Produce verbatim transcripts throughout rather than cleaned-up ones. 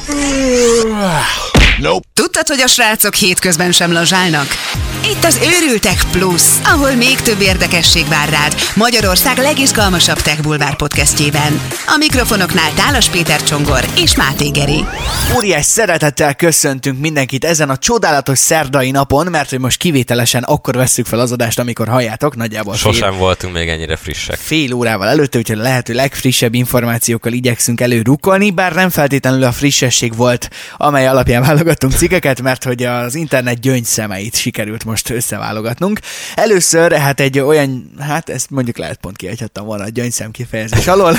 Nope. Tudtad, hogy a srácok hétközben sem lazsálnak? Itt az Őrültek Plus, ahol még több érdekesség vár rád Magyarország legizgalmasabb Tech Bulvár podcastjében. A mikrofonoknál Tálas Péter Csongor és Máté Geri. Óriás szeretettel köszöntünk mindenkit ezen a csodálatos szerdai napon, mert hogy most kivételesen akkor vesszük fel az adást, amikor halljátok, nagyjából fél, Sosem voltunk még ennyire frissek. Fél órával előtte, úgyhogy a lehető legfrissebb információkkal igyekszünk előrukkolni, bár nem feltétlenül a frissesség volt, amely alapján válogattunk cikkeket, mert hogy az internet gyöngyszemeit sikerült most összeválogatnunk. Először hát egy olyan, hát ezt mondjuk lehet pont kihagyhattam volna a gyöngyszem kifejezés alól,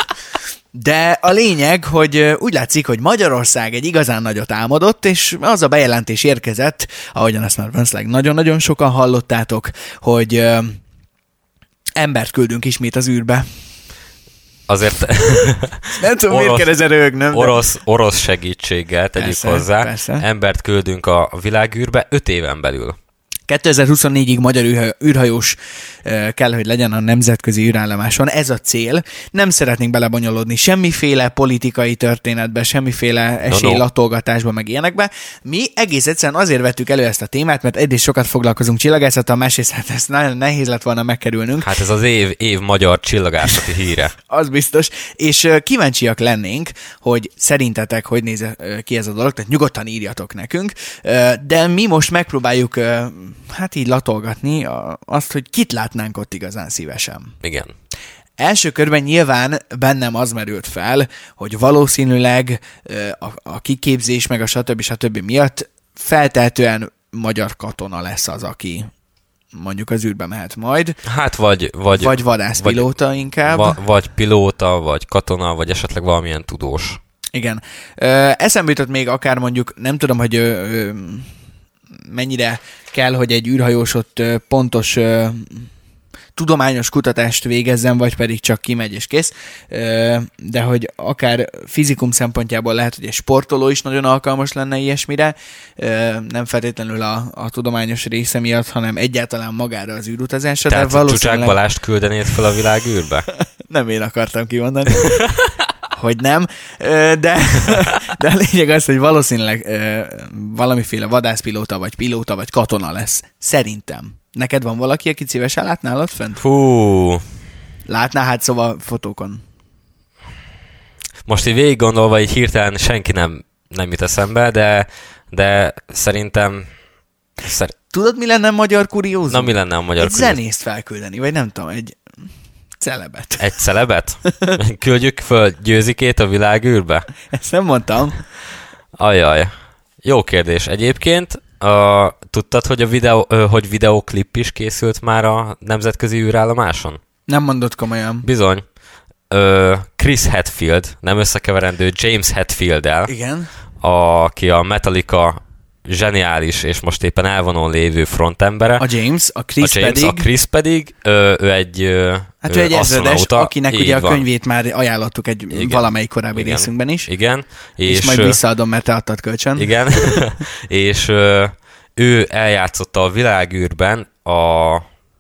de a lényeg, hogy úgy látszik, hogy Magyarország egy igazán nagyot álmodott, és az a bejelentés érkezett, ahogyan azt már valószínűleg nagyon-nagyon sokan hallottátok, hogy ö, embert küldünk ismét az űrbe. Azért nem tudom, orosz, miért kérdezel rögnem. Orosz, orosz segítséggel tegyük persze, hozzá. Persze. Embert küldünk a világűrbe öt éven belül. kétezer-huszonnégyig magyar űrhajós kell, hogy legyen a nemzetközi űrállomáson. Ez a cél. Nem szeretnénk belebonyolódni semmiféle politikai történetbe, semmiféle esélylatolgatásba, meg ilyenekbe. Mi egész egyszerűen azért vettük elő ezt a témát, mert egyrészt sokat foglalkozunk csillagászattal, másrészt hát ezt nagyon nehéz lett volna megkerülnünk. Hát ez az év, év magyar csillagászati híre. Az biztos. És kíváncsiak lennénk, hogy szerintetek hogy néz ki ez a dolog, tehát nyugodtan írjatok nekünk, de mi most megpróbáljuk hát így latolgatni azt, hogy kit látnánk ott igazán szívesen. Igen. Első körben nyilván bennem az merült fel, hogy valószínűleg a, a kiképzés meg a stb. stb. Miatt feltehetően magyar katona lesz az, aki mondjuk az űrbe mehet majd. Hát vagy... Vagy, vagy vadászpilóta vagy, inkább. Va, vagy pilóta, vagy katona, vagy esetleg valamilyen tudós. Igen. Ö, eszembe jutott még akár mondjuk, nem tudom, hogy... Ö, ö, mennyire kell, hogy egy űrhajós ott pontos ö, tudományos kutatást végezzen, vagy pedig csak kimegy és kész. Ö, de hogy akár fizikum szempontjából lehet, hogy egy sportoló is nagyon alkalmas lenne ilyesmire. Ö, nem feltétlenül a, a tudományos része miatt, hanem egyáltalán magára az űrutazásra. Tehát valószínűleg... Csucsák Balást küldenéd fel a világűrbe? Nem én akartam kimondani. hogy nem, de, de a lényeg az, hogy valószínűleg valamiféle vadászpilóta, vagy pilóta, vagy katona lesz. Szerintem. Neked van valaki, akit szívesen látnál ott fent? Hú. Látnál hát szóval fotókon. Most így végig gondolva, így hirtelen senki nem, nem jut eszembe, de, de szerintem... Szer... Tudod, mi lenne a magyar kuriózum? Na, mi lenne a magyar egy kuriózum? Egy zenészt felküldeni, vagy nem tudom, egy... celebet. Egy celebet? Küldjük föl Győzikét a világűrbe? Ezt nem mondtam. Ajaj. Jó kérdés. Egyébként uh, tudtad, hogy, a videó, uh, hogy videóklip is készült már a nemzetközi űrállomáson? Nem mondod komolyan. Bizony. Uh, Chris Hadfield, nem összekeverendő James Hetfield-el. Igen. Aki a Metallica zseniális és most éppen elvonon lévő frontembere. A James, a Chris a James, pedig... A Chris pedig, ő, ő egy Hát ő, ő egy ezredes, akinek ugye a van. könyvét már ajánlottuk egy igen. valamelyik korábbi igen. részünkben is. Igen. És, és majd visszaadom, mert te adtad kölcsön. Igen. És ő eljátszotta a világűrben a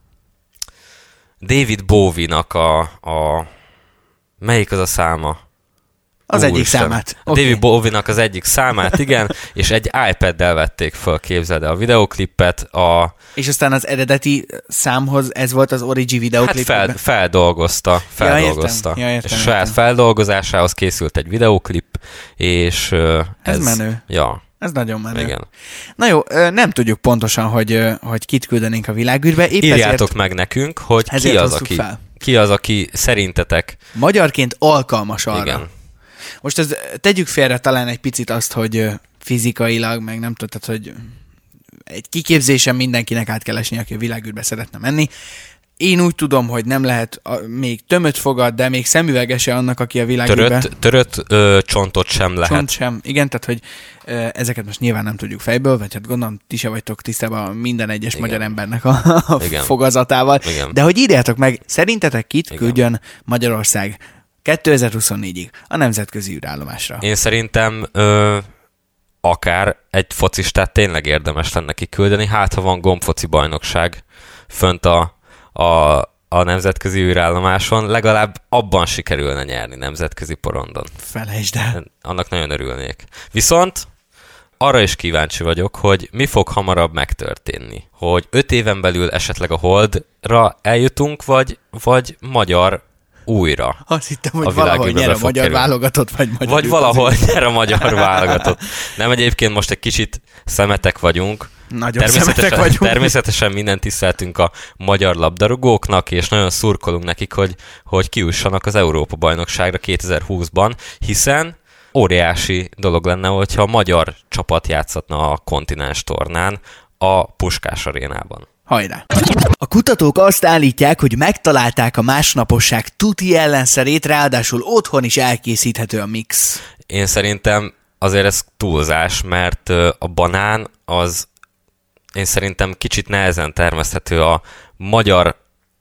David Bowie-nak a, a melyik az a száma? Az Úr egyik Isten. számát. Okay. David Bowie-nak az egyik számát, igen, és egy iPad-del vették föl, képzeld el a videoklipet. A... És aztán az eredeti számhoz ez volt az origi videoklip? Hát fel, feldolgozta, feldolgozta. Ja, értem. Ja, értem, és saját feldolgozásához készült egy videoklip, és ez... Ez menő. Ja. Ez nagyon menő. Igen. Na jó, nem tudjuk pontosan, hogy, hogy kit küldenénk a világűrbe. Épp Írjátok ezért, meg nekünk, hogy ki az, aki, fel. ki az, aki szerintetek... Magyarként alkalmas arra. Igen. Most ez, tegyük félre talán egy picit azt, hogy fizikailag, meg nem tudtad, hogy egy kiképzésen mindenkinek át kell esni, aki a világűrbe szeretne menni. Én úgy tudom, hogy nem lehet a, még tömött fogad, de még szemüvegese annak, aki a világűrbe... Törött, törött ö, csontot sem lehet. Csont sem, igen, tehát hogy ö, ezeket most nyilván nem tudjuk fejből, vagy hát gondolom, ti se vagytok tisztában minden egyes igen. magyar embernek a, a fogazatával. Igen. De hogy írjátok meg, szerintetek kit igen. küldjön Magyarország kétezer-huszonnégyig a nemzetközi űrállomásra? Én szerintem ö, akár egy focistát tényleg érdemes lenne kiküldeni, hát ha van gombfoci bajnokság fönt a, a a nemzetközi űrállomáson, legalább abban sikerülne nyerni nemzetközi porondon. Felejtsd el. Annak nagyon örülnék. Viszont arra is kíváncsi vagyok, hogy mi fog hamarabb megtörténni. Hogy öt éven belül esetleg a Holdra eljutunk, vagy, vagy magyar újra. Azt hittem, hogy valahol nyer a magyar kerülni. Válogatott, vagy magyar Vagy valahol nyer a magyar válogatott. Nem, egyébként most egy kicsit szemetek vagyunk. Nagyon szemetek vagyunk. Természetesen minden tiszteltünk a magyar labdarúgóknak, és nagyon szurkolunk nekik, hogy, hogy kiussanak az Európa-bajnokságra kétezer-húszban, hiszen óriási dolog lenne, hogyha a magyar csapat játszhatna a kontinens tornán a Puskás arénában. Hajrá! A kutatók azt állítják, hogy megtalálták a másnaposság tuti ellenszerét, ráadásul otthon is elkészíthető a mix. Én szerintem azért ez túlzás, mert a banán az én szerintem kicsit nehezen termeszthető a magyar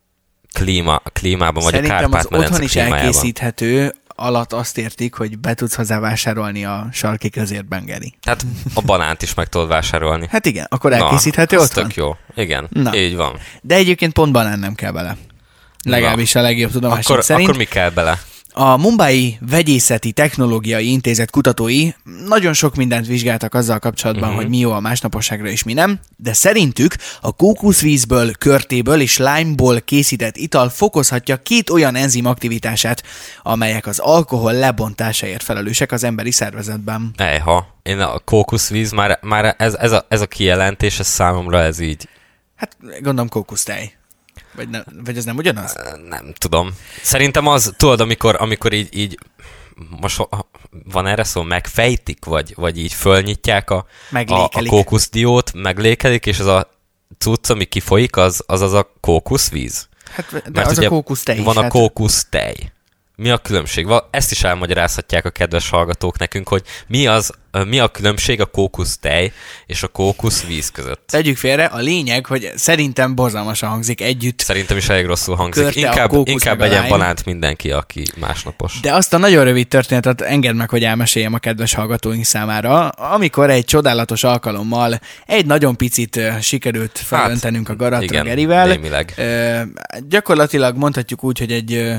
klíma, klímában, vagy szerintem a Kárpát-medence klímájában. Szerintem az otthon is elkészíthető, alatt azt értik, hogy be tudsz hozzá vásárolni a sarki közértben, Geri. Tehát a banánt is meg tudod vásárolni. Hát igen, akkor elkészíthető Na, otthon. tök jó. Igen, Na. így van. De egyébként pont banán nem kell bele. Legalábbis a legjobb tudomásunk szerint. Akkor mi kell bele? A Mumbai Vegyészeti Technológiai Intézet kutatói nagyon sok mindent vizsgáltak azzal kapcsolatban, uh-huh. hogy mi jó a másnaposságra és mi nem, de szerintük a kókuszvízből, körtéből és limeból készített ital fokozhatja két olyan enzim aktivitását, amelyek az alkohol lebontásáért felelősek az emberi szervezetben. Ejha, én a kókuszvíz, már, már ez, ez, a, ez a kijelentés, ez számomra ez így. Hát gondolom kókusztej. Vagy, ne, vagy ez nem ugyanaz? Nem tudom. Szerintem az, tudod, amikor, amikor így, így most van erre szó, megfejtik, vagy, vagy így fölnyitják a, a, a kókuszdiót, meglékelik, és az a cucc, ami kifolyik, az az, az a kókuszvíz. Hát, de mert az a kókusztej is. Van a hát... kókusztej. Mi a különbség? Ezt is elmagyarázhatják a kedves hallgatók nekünk, hogy mi, az, mi a különbség a kókusztej és a kókuszvíz között. Tegyük félre, a lényeg, hogy szerintem borzalmasan hangzik együtt. Szerintem is elég rosszul hangzik. Inkább, inkább egyen banánt mindenki, aki másnapos. De azt a nagyon rövid történetet engedd meg, hogy elmeséljem a kedves hallgatóink számára. Amikor egy csodálatos alkalommal egy nagyon picit sikerült felöntenünk hát, a garatra Gerivel. Némileg. Gyakorlatilag mondhatjuk úgy, hogy egy...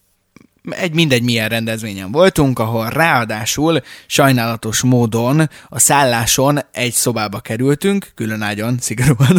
egy mindegy milyen rendezvényen voltunk, ahol ráadásul sajnálatos módon a szálláson egy szobába kerültünk, külön ágyon, szigorúan,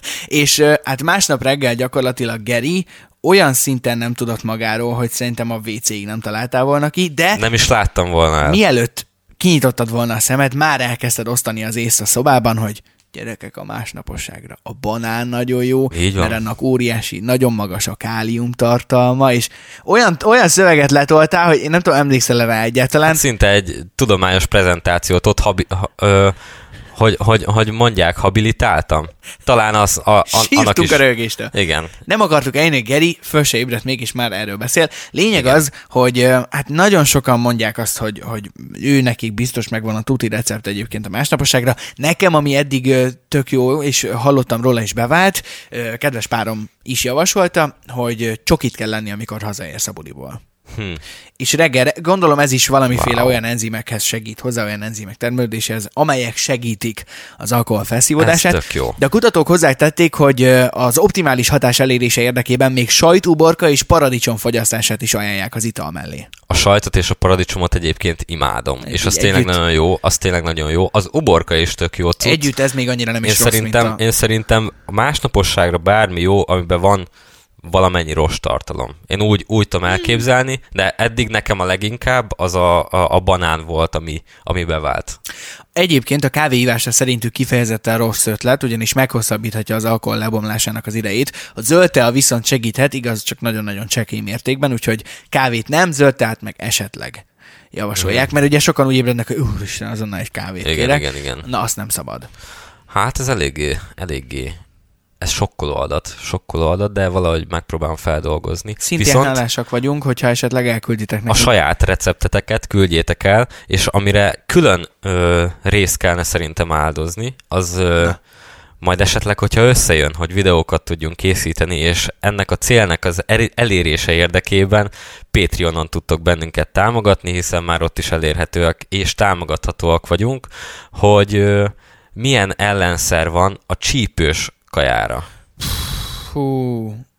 és hát másnap reggel gyakorlatilag Geri olyan szinten nem tudott magáról, hogy szerintem a vé céig nem találtál volna ki, de... Nem is láttam volna el. Mielőtt kinyitottad volna a szemed, már elkezdted osztani az ész a szobában, hogy gyerekek, a másnaposságra a banán nagyon jó, mert annak óriási, nagyon magas a kálium tartalma, és olyan, olyan szöveget letoltál, hogy én nem tudom, emlékszel rá egyáltalán. Hát szinte egy tudományos prezentációt ott habi, ha, ö, hogy, hogy, hogy mondják, habilitáltam. Talán az a, a, annak is... a rögéstől. Igen. Nem akartuk eljönni, Geri föl se ébredt, mégis már erről beszél. Lényeg Igen. az, hogy hát nagyon sokan mondják azt, hogy, hogy ő nekik biztos megvan a tuti recept egyébként a másnaposságra. Nekem, ami eddig tök jó, és hallottam róla is bevált, kedves párom is javasolta, hogy csokit kell lenni, amikor hazaérsz a buliból. Hmm. És reggel, gondolom ez is valamiféle wow. olyan enzimekhez segít hozzá, olyan enzimek termelődéséhez, amelyek segítik az alkohol felszívódását. Ez tök jó. De a kutatók hozzátették, hogy az optimális hatás elérése érdekében még sajt, uborka és paradicsom fogyasztását is ajánlják az ital mellé. A sajtot és a paradicsomot egyébként imádom, egy, és az együtt. tényleg nagyon jó, az tényleg nagyon jó. Az uborka is tök jó cucc. Együtt ez még annyira nem is én rossz, szerintem, mint a... Én szerintem a másnaposságra bármi jó, amiben van valamennyi rosttartalom. Én úgy, úgy tudom elképzelni, de eddig nekem a leginkább az a, a, a banán volt, ami, ami bevált. Egyébként a kávéívása szerintük kifejezetten rossz ötlet, ugyanis meghosszabbíthatja az alkohol lebomlásának az idejét. A zöld tea viszont segíthet, igaz, csak nagyon-nagyon csekély mértékben, úgyhogy kávét nem, zöld teát meg esetleg javasolják, mert ugye sokan úgy ébrednek, hogy úristen, azonnal egy kávét igen, kérek. Igen, igen. Na, azt nem szabad. Hát ez eléggé, eléggé ez sokkoló adat, sokkoló adat, de valahogy megpróbálom feldolgozni. Szintén Viszont hálásak vagyunk, hogyha esetleg elkülditek nekünk. A saját recepteteket küldjétek el, és amire külön ö, részt kellene szerintem áldozni, az ö, majd esetleg, hogyha összejön, hogy videókat tudjunk készíteni, és ennek a célnek az elérése érdekében Patreonon tudtok bennünket támogatni, hiszen már ott is elérhetőek és támogathatóak vagyunk, hogy ö, milyen ellenszer van a csípős kajára. Hú,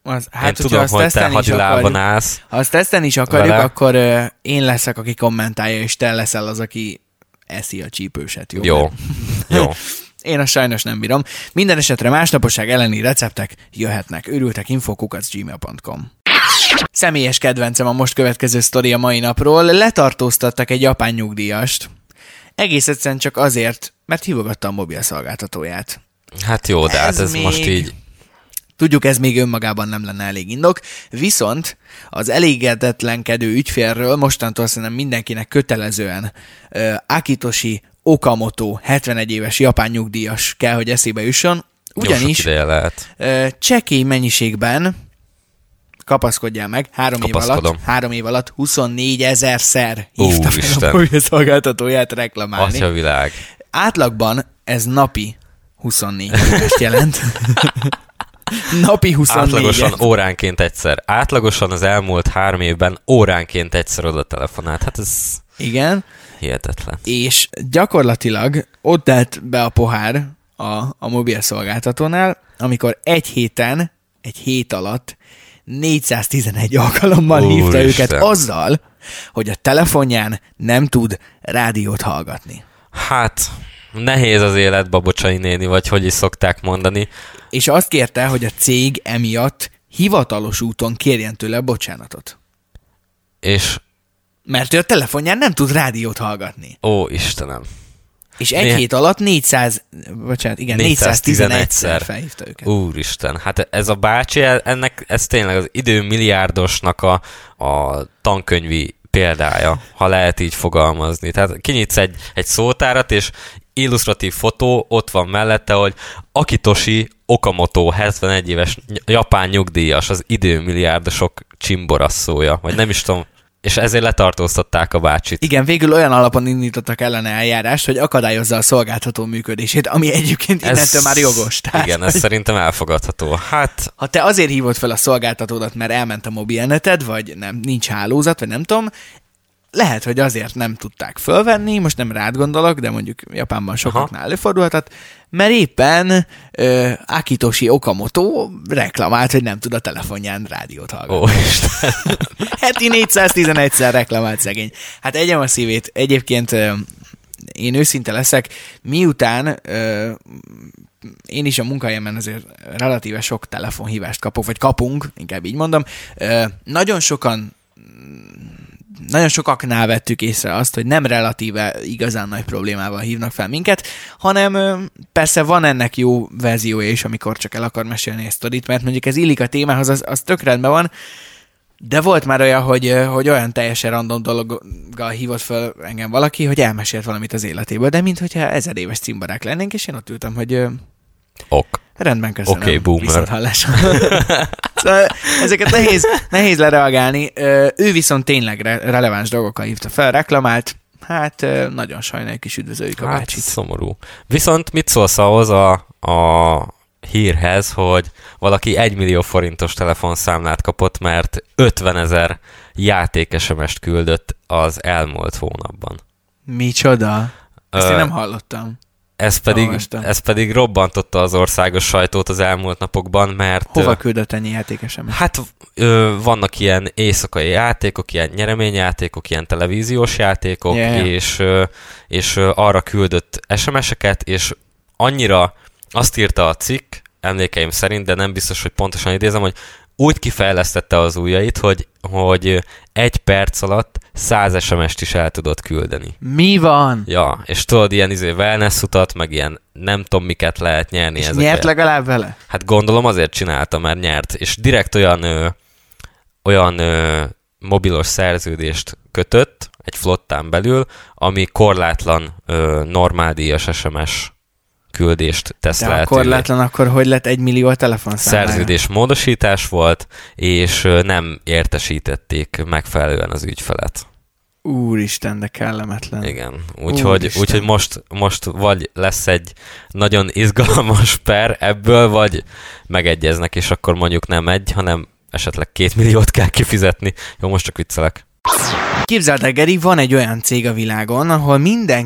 Az, hát, én tudom, hogy te hadilában állsz. Ha azt tesztelni is akarjuk, vele. akkor uh, én leszek, aki kommentálja, és te leszel az, aki eszi a csípőset. Jó. Jó. Jó. Én azt sajnos nem bírom. Minden esetre másnaposság elleni receptek jöhetnek. Örültek info kukac gmail pont com. Személyes kedvencem a most következő sztori a mai napról. Letartóztattak egy japán nyugdíjast. Egész egyszerűen csak azért, mert hívogatta a mobil szolgáltatóját. Hát jó, de ez hát ez még... most így... Tudjuk, ez még önmagában nem lenne elég indok, viszont az elégedetlenkedő ügyfélről mostantól szerintem mindenkinek kötelezően uh, Akitoshi Okamoto, hetvenegy éves japán nyugdíjas kell, hogy eszébe jusson, ugyanis uh, csekély mennyiségben, kapaszkodjál meg, három év alatt, három év alatt huszonnégyezerszer hívta fel a mobil szolgáltatóját reklamálni. Atya világ. Átlagban ez napi huszonnégy éves jelent. Napi huszonnégy. Átlagosan óránként egyszer. Átlagosan az elmúlt három évben óránként egyszer oda telefonált. Hát ez... Igen. Hihetetlen. És gyakorlatilag ott telt be a pohár a, a mobil szolgáltatónál, amikor egy héten, egy hét alatt négyszáztizenegy alkalommal Úristen. hívta őket azzal, hogy a telefonján nem tud rádiót hallgatni. Hát... Nehéz az élet, Babocsai néni, vagy hogy is szokták mondani. És azt kérte, hogy a cég emiatt hivatalos úton kérjen tőle bocsánatot. És... Mert ő a telefonján nem tud rádiót hallgatni. Ó, Istenem. És egy Né... hét alatt négyszáz, bocsánat, igen, négyszáztizenegyszer felhívta őket. Úristen, hát ez a bácsi, ennek, ez tényleg az időmilliárdosnak a, a tankönyvi példája, ha lehet így fogalmazni. Tehát kinyitsz egy, egy szótárat, és illusztratív fotó ott van mellette, hogy Akitoshi Okamoto, hetvenegy éves japán nyugdíjas, az időmilliárdosok csimborasszója, vagy nem is tudom, és ezért letartóztatták a bácsit. Igen, végül olyan alapon indítottak ellene eljárást, hogy akadályozza a szolgáltató működését, ami egyébként innentől ez, már jogos. Tehát, igen, ez hogy... szerintem elfogadható. Hát... Ha te azért hívod fel a szolgáltatódat, mert elment a mobilneted, vagy nem, nincs hálózat, vagy nem tudom, lehet, hogy azért nem tudták fölvenni, most nem rád gondolok, de mondjuk Japánban sokaknál Aha. előfordulhat, mert éppen uh, Akitoshi Okamoto reklamált, hogy nem tud a telefonján rádiót hallgatni. Ó, Isten. Heti négyszáztizenegyszer reklamált szegény. Hát egyem a szívét. Egyébként uh, én őszinte leszek, miután uh, én is a munkahelyemen azért relatíve sok telefonhívást kapok, vagy kapunk, inkább így mondom, uh, nagyon sokan Nagyon sokaknál vettük észre azt, hogy nem relatíve igazán nagy problémával hívnak fel minket, hanem persze van ennek jó verziója is, amikor csak el akar mesélni egy sztorit, mert mondjuk ez illik a témához, az, az tök rendben van, de volt már olyan, hogy, hogy olyan teljesen random dologgal hívott fel engem valaki, hogy elmesélt valamit az életéből, de minthogyha ezer éves cimborák lennénk, és én ott ültem, hogy... Ok. Rendben, köszönöm. Oké, okay, boomer. Viszonthallásra. Szóval ezeket nehéz, nehéz lereagálni. Ő viszont tényleg releváns dolgokkal hívta fel, reklamált. Hát nagyon sajnáljuk és üdvözöljük a hát, bácsit. Szomorú. Viszont mit szólsz ahhoz a, a hírhez, hogy valaki egymillió forintos telefonszámlát kapott, mert ötvenezer játék es em est küldött az elmúlt hónapban. Micsoda? Ezt Ö... én nem hallottam. Ez pedig, ez pedig robbantotta az országos sajtót az elmúlt napokban, mert... Hova küldött ennyi játék es em es? Hát ö, vannak ilyen éjszakai játékok, ilyen nyereményjátékok, ilyen televíziós játékok, yeah. és, ö, és ö, arra küldött es em eseket, és annyira azt írta a cikk, emlékeim szerint, de nem biztos, hogy pontosan idézem, hogy úgy kifejlesztette az ujjait, hogy, hogy egy perc alatt száz es em est is el tudott küldeni. Mi van? Ja, és tudod, ilyen izé wellness utat, meg ilyen nem tudom miket lehet nyerni. És ezeket. nyert legalább vele? Hát gondolom azért csinálta, mert nyert. És direkt olyan, ö, olyan ö, mobilos szerződést kötött egy flottán belül, ami korlátlan ö, normál-díjas es em es küldést tesz de lehetővé. De korlátlan akkor hogy lett egy millió a telefonszámlája? Szerződés módosítás volt, és nem értesítették megfelelően az ügyfelet. Úristen, de kellemetlen. Igen, úgyhogy, úgyhogy most, most vagy lesz egy nagyon izgalmas per ebből, vagy megegyeznek, és akkor mondjuk nem egy, hanem esetleg két milliót kell kifizetni. Jó, most csak viccelek. Képzeld el, Geri, van egy olyan cég a világon, ahol mindenki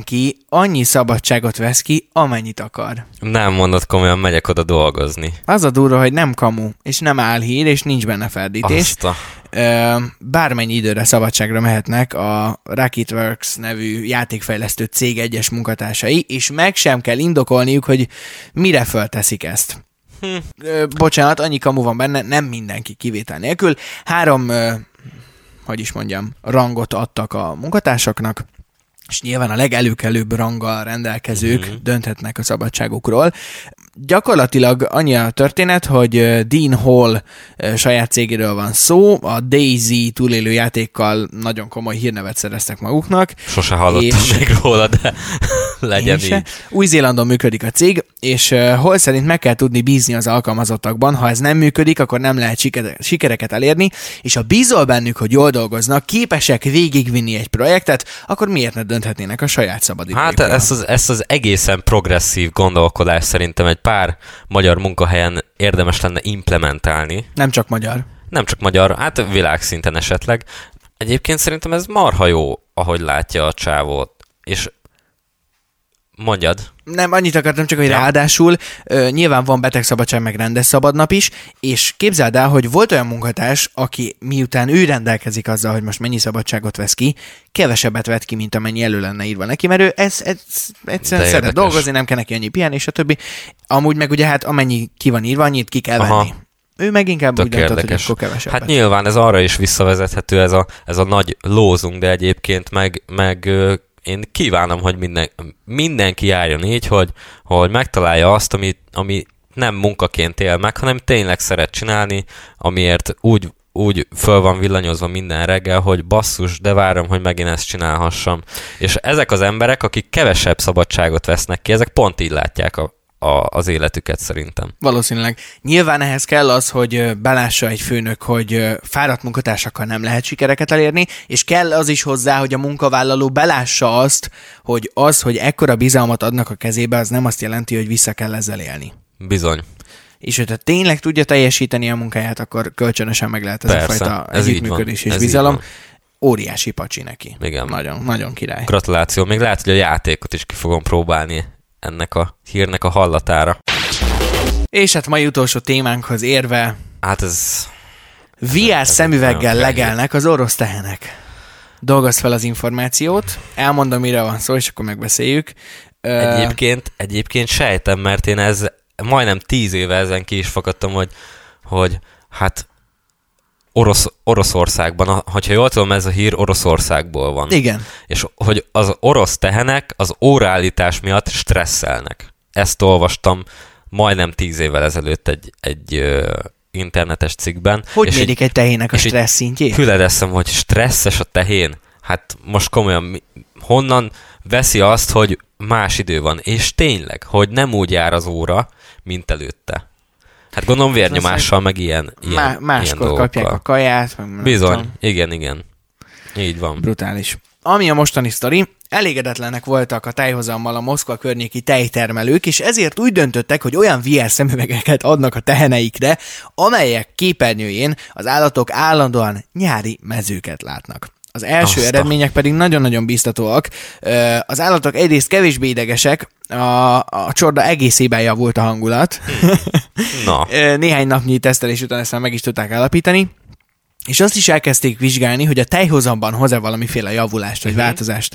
annyi szabadságot vesz ki, amennyit akar. Nem mondod komolyan, megyek oda dolgozni. Az a durva, hogy nem kamu, és nem álhír, és nincs benne ferdítés. Azt a... Bármennyi időre szabadságra mehetnek a Rocketworks nevű játékfejlesztő cég egyes munkatársai, és meg sem kell indokolniuk, hogy mire fölteszik ezt. Hm. Bocsánat, annyi kamu van benne, nem mindenki kivétel nélkül. Három, hogy is mondjam, rangot adtak a munkatársaknak, és nyilván a legelőkelőbb ranggal rendelkezők mm-hmm. dönthetnek a szabadságukról. Gyakorlatilag annyi a történet, hogy Dean Hall saját cégéről van szó, a DayZ túlélő játékkal nagyon komoly hírnevet szereztek maguknak. Sose hallottam és... még róla, de legyen így. Új-Zélandon működik a cég, és Hall szerint meg kell tudni bízni az alkalmazottakban, ha ez nem működik, akkor nem lehet sikereket elérni, és ha bízol bennük, hogy jól dolgoznak, képesek végigvinni egy projektet, akkor miért ne dönthetnének a saját szabadidejükről? Hát ezt az, ezt az egészen progresszív gondolkodás szerintem egy pár magyar munkahelyen érdemes lenne implementálni. Nem csak magyar. Nem csak magyar, hát világszinten esetleg. Egyébként szerintem ez marha jó, ahogy látja a csávót. És mondjad. Nem, annyit akartam csak, hogy ja. ráadásul uh, nyilván van betegszabadság, meg rendes szabadnap is, és képzeld el, hogy volt olyan munkatárs, aki miután ő rendelkezik azzal, hogy most mennyi szabadságot vesz ki, kevesebbet vett ki, mint amennyi elő lenne írva neki, mert ő ez, ez, egyszerűen szeret dolgozni, nem kell neki annyi pihenni, stb. Amúgy meg ugye hát amennyi ki van írva, annyit ki kell Aha. venni. Ő meg inkább Tök úgy döntött, hogy akkor kevesebbet. Hát nyilván ez arra is visszavezethető, ez a, ez a nagy lózunk, de egyébként meg, meg én kívánom, hogy minden, mindenki járjon így, hogy, hogy megtalálja azt, ami, ami nem munkaként él meg, hanem tényleg szeret csinálni, amiért úgy, úgy föl van villanyozva minden reggel, hogy basszus, de várom, hogy megint ezt csinálhassam. És ezek az emberek, akik kevesebb szabadságot vesznek ki, ezek pont így látják a A, az életüket szerintem. Valószínűleg. Nyilván ehhez kell az, hogy belássa egy főnök, hogy fáradt munkatársakkal nem lehet sikereket elérni, és kell az is hozzá, hogy a munkavállaló belássa azt, hogy az, hogy ekkora bizalmat adnak a kezébe, az nem azt jelenti, hogy vissza kell ezzel élni. Bizony. És hogyha tényleg tudja teljesíteni a munkáját, akkor kölcsönösen meg lehet ez Persze, a fajta ez együttműködés és ez bizalom. Óriási pacsi neki. Igen. Nagyon, nagyon király. Gratuláció. Még lehet, hogy a játékot is ki fogom próbálni ennek a hírnek a hallatára. És hát mai utolsó témánkhoz érve... Hát ez... vé er szemüveggel legelnek az orosz tehenek. Dolgozz fel az információt, elmondom, mire van szó, és akkor megbeszéljük. Egyébként, egyébként sejtem, mert én ez majdnem tíz éve ezen ki is fakadtam, hogy, hogy hát Orosz, Oroszországban, hogyha jól tudom, ez a hír Oroszországból van. Igen. És hogy az orosz tehenek az óraállítás miatt stresszelnek. Ezt olvastam majdnem tíz évvel ezelőtt egy, egy ö, internetes cikkben. Hogy mérik egy tehének a stressz szintjét? Hüledeszem, hogy stresszes a tehén. Hát most komolyan, honnan veszi azt, hogy más idő van? És tényleg, hogy nem úgy jár az óra, mint előtte. Hát gondolom vérnyomással, meg ilyen, ilyen, Má- máskor ilyen kapják a kaját. Bizony, tudom. igen, igen. Így van. Brutális. Ami a mostani sztori, elégedetlenek voltak a tejhozammal a Moszkva környéki tejtermelők, és ezért úgy döntöttek, hogy olyan vé er szemüvegeket adnak a teheneikre, amelyek képernyőjén az állatok állandóan nyári mezőket látnak. Az első Azta. eredmények pedig nagyon-nagyon biztatóak. Az állatok egyrészt kevésbé idegesek, a, a csorda egészében javult a hangulat. Na. Néhány napnyi tesztelés után ezt már meg is tudták állapítani. És azt is elkezdték vizsgálni, hogy a tejhozamban hoz-e valamiféle javulást vagy uh-huh. változást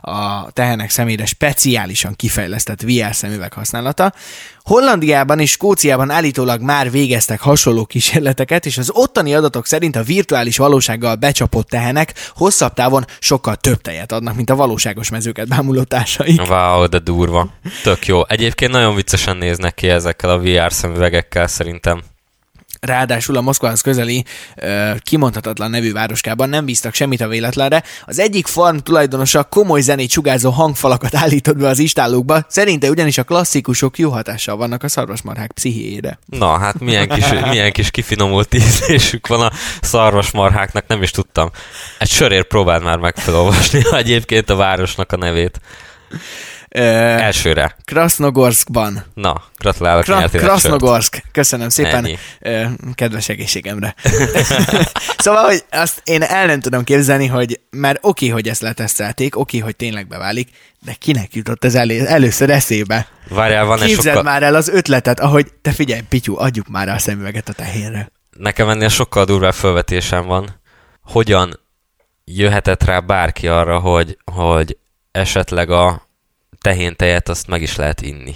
a tehenek szemére speciálisan kifejlesztett vé er szemüveg használata. Hollandiában és Skóciában állítólag már végeztek hasonló kísérleteket, és az ottani adatok szerint a virtuális valósággal becsapott tehenek hosszabb távon sokkal több tejet adnak, mint a valóságos mezőket bámuló társaik. Wow, de durva. Tök jó. Egyébként nagyon viccesen néznek ki ezekkel a vé er szemüvegekkel szerintem. Ráadásul a Moszkvához közeli kimondhatatlan nevű városkában nem bíztak semmit a véletlenre. Az egyik farm tulajdonosa komoly zenét sugárzó hangfalakat állított be az istállókba, szerinte ugyanis a klasszikusok jó hatással vannak a szarvasmarhák pszichéjére. Na, hát milyen kis, milyen kis kifinomult ízlésük van a szarvasmarháknak, nem is tudtam. Egy sörért próbáld már meg felolvasni egyébként a városnak a nevét. Elsőre. Krasznogorszkban. Na, gratulálok. Kra- Krasznogorszk. Köszönöm szépen. Ennyi. Kedves egészségemre. Szóval, hogy azt én el nem tudom képzelni, hogy már oké, hogy ezt letesztelték, oké, hogy tényleg beválik, de kinek jutott ez elő, először eszébe? Várjál, van egy Képzeld sokkal... már el az ötletet, ahogy te figyelj, Pityu, adjuk már a szemüveget a tehénre. Nekem ennél sokkal durvább felvetésem van. Hogyan jöhetett rá bárki arra, hogy, hogy esetleg a tehéntejet azt meg is lehet inni?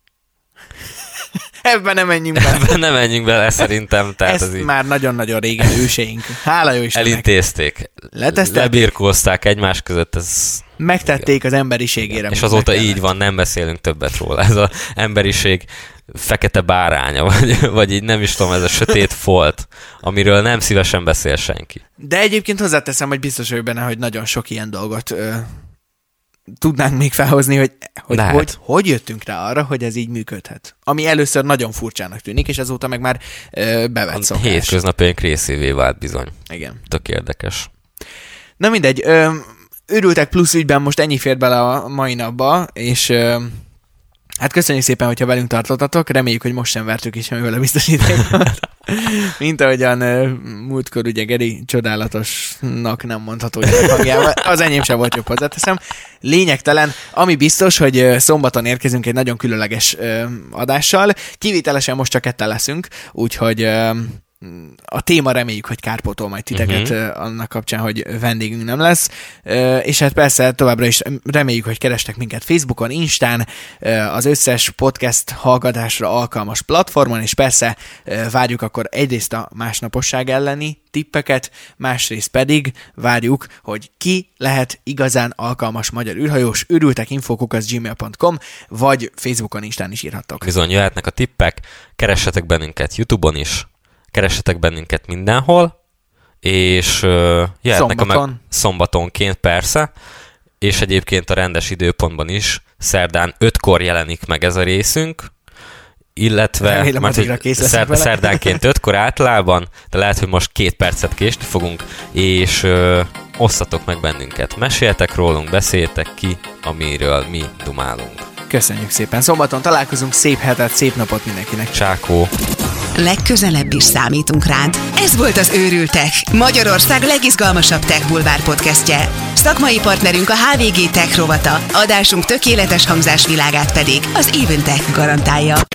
Ebben nem menjünk bele. Ebben nem menjünk bele, szerintem. Tehát Ezt az így... már nagyon-nagyon régen őseink. Hála jó Istennek. Elintézték. Letesztelték. Lebirkózták egymás között. Ez... Megtették az emberiségére. És azóta így van, nem beszélünk többet róla. Ez az emberiség fekete báránya, vagy, vagy így nem is tudom, ez a sötét folt, amiről nem szívesen beszél senki. De egyébként hozzáteszem, hogy biztos vagyok benne, hogy nagyon sok ilyen dolgot ö, tudnánk még felhozni, hogy hogy, hogy hogy jöttünk rá arra, hogy ez így működhet. Ami először nagyon furcsának tűnik, és azóta meg már ö, bevett szokás. Hétköznapjaink részévé vált bizony. Igen. Tök érdekes. Na mindegy, ö, Őrültek plusz ügyben most ennyi fér bele a mai napba, és ö, hát köszönjük szépen, hogyha velünk tartottatok, reméljük, hogy most sem vertük is semmivel a biztosítékot. Mint ahogyan uh, múltkor ugye Geri csodálatosnak nem mondható hangjával. Az enyém sem volt jobb, hozzáteszem. Lényegtelen, ami biztos, hogy uh, szombaton érkezünk egy nagyon különleges uh, adással. Kivételesen most csak ketten leszünk, úgyhogy uh, a téma reméljük, hogy kárpótol majd titeket uh-huh. annak kapcsán, hogy vendégünk nem lesz. És hát persze továbbra is reméljük, hogy kerestek minket Facebookon, Instán, az összes podcast hallgatásra alkalmas platformon, és persze várjuk akkor egyrészt a másnaposság elleni tippeket, másrészt pedig várjuk, hogy ki lehet igazán alkalmas magyar űrhajós, őrültek info kukac gmail pont com, vagy Facebookon, Instán is írhattok. Bizony, jöhetnek a tippek, keressetek bennünket YouTube-on is, keressetek bennünket mindenhol, és uh, jöhetnek Szombaton. a meg szombatonként persze, és egyébként a rendes időpontban is, szerdán ötkor jelenik meg ez a részünk, illetve Remélem, mert, hogy szer- szerdánként ötkor általában, de lehet, hogy most két percet késni fogunk, és uh, osszatok meg bennünket, meséljetek rólunk, beszéljetek ki, amiről mi dumálunk. Köszönjük szépen. Szombaton találkozunk, szép hetet, szép napot mindenkinek. Csákó! Legközelebb is számítunk rád. Ez volt az Őrültek, Magyarország legizgalmasabb tech bulvár podcastje. Szakmai partnerünk a há vé gé Tech rovata, adásunk tökéletes hangzásvilágát pedig az Even Tech garantálja.